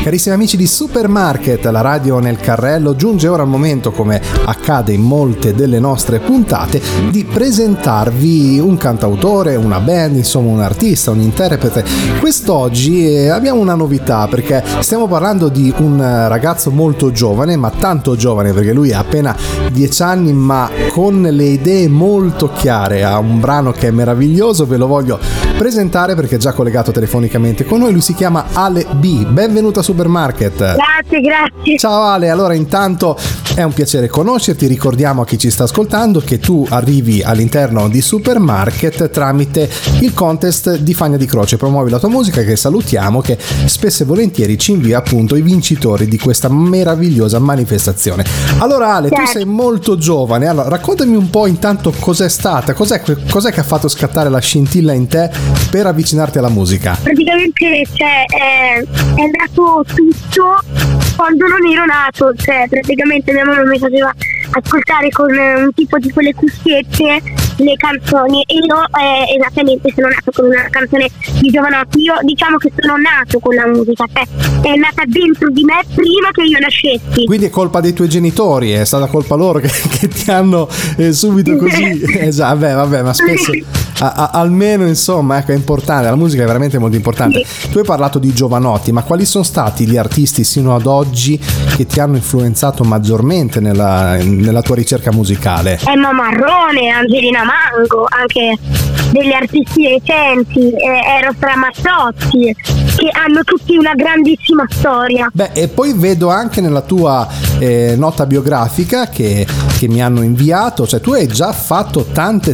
Carissimi amici di Supermarket, la radio nel carrello, giunge ora il momento, come accade in molte delle nostre puntate, di presentarvi un cantautore, una band, insomma un artista, un interprete. Quest'oggi abbiamo una novità, perché stiamo parlando di un ragazzo molto giovane, ma tanto giovane perché lui ha appena 10 anni, ma con le idee molto chiare. Ha un brano che è meraviglioso, ve lo voglio presentare perché è già collegato telefonicamente con noi. Lui si chiama Ale B. Benvenuto a Supermarket. Grazie. Ciao Ale, allora intanto è un piacere conoscerti. Ricordiamo a chi ci sta ascoltando che tu arrivi all'interno di Supermarket tramite il contest di Fagna di Croce. Promuovi la tua musica, che salutiamo, che spesso e volentieri ci invia appunto i vincitori di questa meravigliosa manifestazione. Allora Ale, tu sei molto giovane, allora raccontami un po' intanto cos'è stata, cos'è che ha fatto scattare la scintilla in te per avvicinarti alla musica. Praticamente è nato tutto quando non ero nato, praticamente mia mamma mi faceva ascoltare con un tipo di quelle cuffiette le canzoni e io esattamente sono nato con una canzone di giovanotti. Io diciamo che sono nato con la musica, è nata dentro di me prima che io nascessi. Quindi è colpa dei tuoi genitori, è stata colpa loro che ti hanno subito così. Esatto, vabbè, ma spesso almeno insomma, ecco, è importante, la musica è veramente molto importante. Tu hai parlato di giovanotti, ma quali sono stati gli artisti sino ad oggi che ti hanno influenzato maggiormente nella tua ricerca musicale? Emma Marrone, Angelina Mango, anche degli artisti recenti, Eros Ramazzotti, che hanno tutti una grandissima storia. Beh, e poi vedo anche nella tua nota biografica che mi hanno inviato, cioè tu hai già fatto tante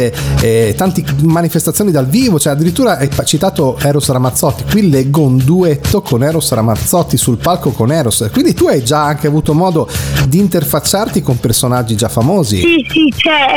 manifestazioni dal vivo, cioè addirittura hai citato Eros Ramazzotti. Qui leggo un duetto con Eros Ramazzotti sul palco con Eros, quindi tu hai già anche avuto modo di interfacciarti con personaggi già famosi. Sì,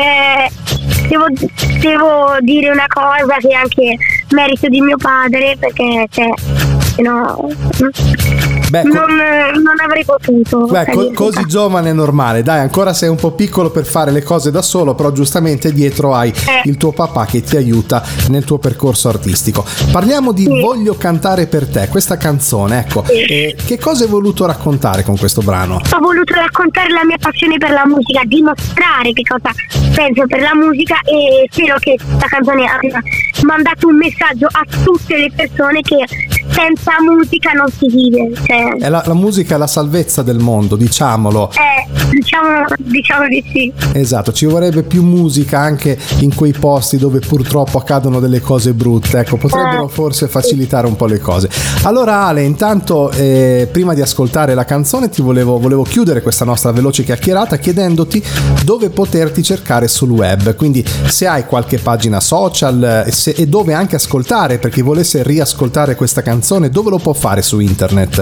devo dire una cosa che è anche merito di mio padre, perché no. Beh, non avrei potuto. Beh, così giovane è normale, dai, ancora sei un po' piccolo per fare le cose da solo, però giustamente dietro hai il tuo papà che ti aiuta nel tuo percorso artistico. Parliamo di Voglio cantare per te, questa canzone, ecco. Che cosa hai voluto raccontare con questo brano? Ho voluto raccontare la mia passione per la musica, dimostrare che cosa penso per la musica, e spero che questa canzone abbia mandato un messaggio a tutte le persone che senza musica non si vive. La musica è la salvezza del mondo, diciamolo. Diciamo di sì. Esatto, ci vorrebbe più musica anche in quei posti dove purtroppo accadono delle cose brutte, ecco, potrebbero forse facilitare un po' le cose. Allora Ale, intanto prima di ascoltare la canzone ti volevo chiudere questa nostra veloce chiacchierata chiedendoti dove poterti cercare sul web, quindi se hai qualche pagina social e dove anche ascoltare, per chi volesse riascoltare questa canzone, dove lo può fare su internet?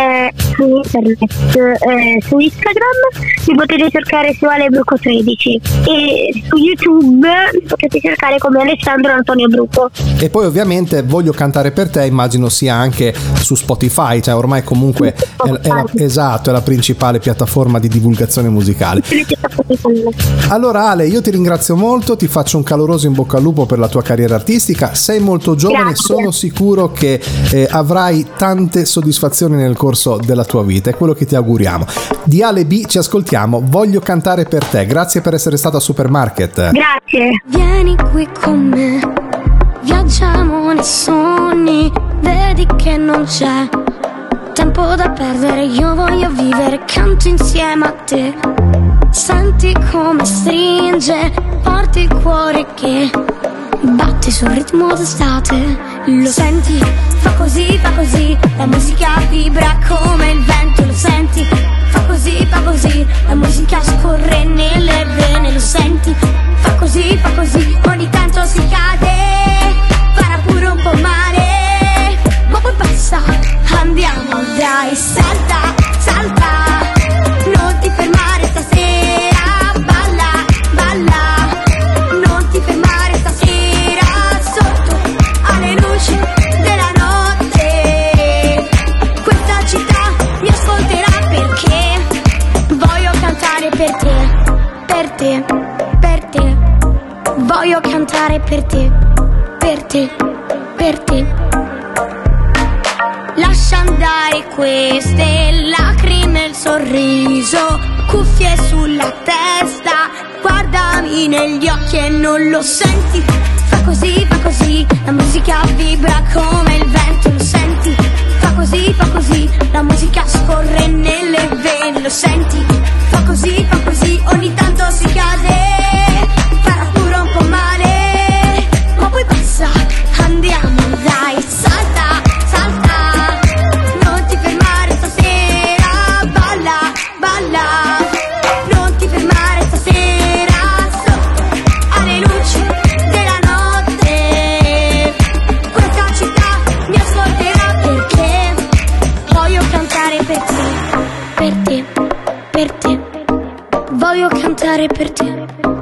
Su Instagram mi potete cercare su Ale Bruco 13 e su YouTube mi potete cercare come Alessandro Antonio Bruco. E poi ovviamente Voglio cantare per te immagino sia anche su Spotify, cioè ormai comunque è la principale piattaforma di divulgazione musicale. Allora Ale, io ti ringrazio molto, ti faccio un caloroso in bocca al lupo per la tua carriera artistica, sei molto giovane. Grazie. Sono sicuro che avrai tante soddisfazioni nel corso della tua vita, è quello che ti auguriamo. Di Ale B ci ascoltiamo Voglio cantare per te. Grazie per essere stata a Supermarket. Grazie. Vieni qui con me, viaggiamo nei sogni, vedi che non c'è tempo da perdere, io voglio vivere, canto insieme a te. Senti come stringe, porti il cuore che batti sul ritmo d'estate. Lo senti? Fa così, la musica vibra come il vento. Lo senti? Fa così, la musica scorre nelle vene. Lo senti? Fa così, ogni tanto si cade, farà pure un po' male, ma poi passa, andiamo dai, salta, non ti fermare stasera, balla, non ti fermare stasera, sotto alle luci della notte, questa città mi ascolterà perché voglio cantare per te, voglio cantare per te. Lascia andare queste lacrime, il sorriso, cuffie sulla testa, guardami negli occhi e non lo senti. Fa così, la musica vibra come il vento, lo senti. Fa così, la musica scorre nelle vene, lo senti. Fa così, ogni tanto si cade, farà pure un po' male, ma poi passa, andiamo, dai, salta, salta, non ti fermare stasera, balla, balla, non ti fermare stasera, sotto alle luci della notte, questa città mi ascolterà perché voglio cantare per te, per te, per te, voglio cantare per te.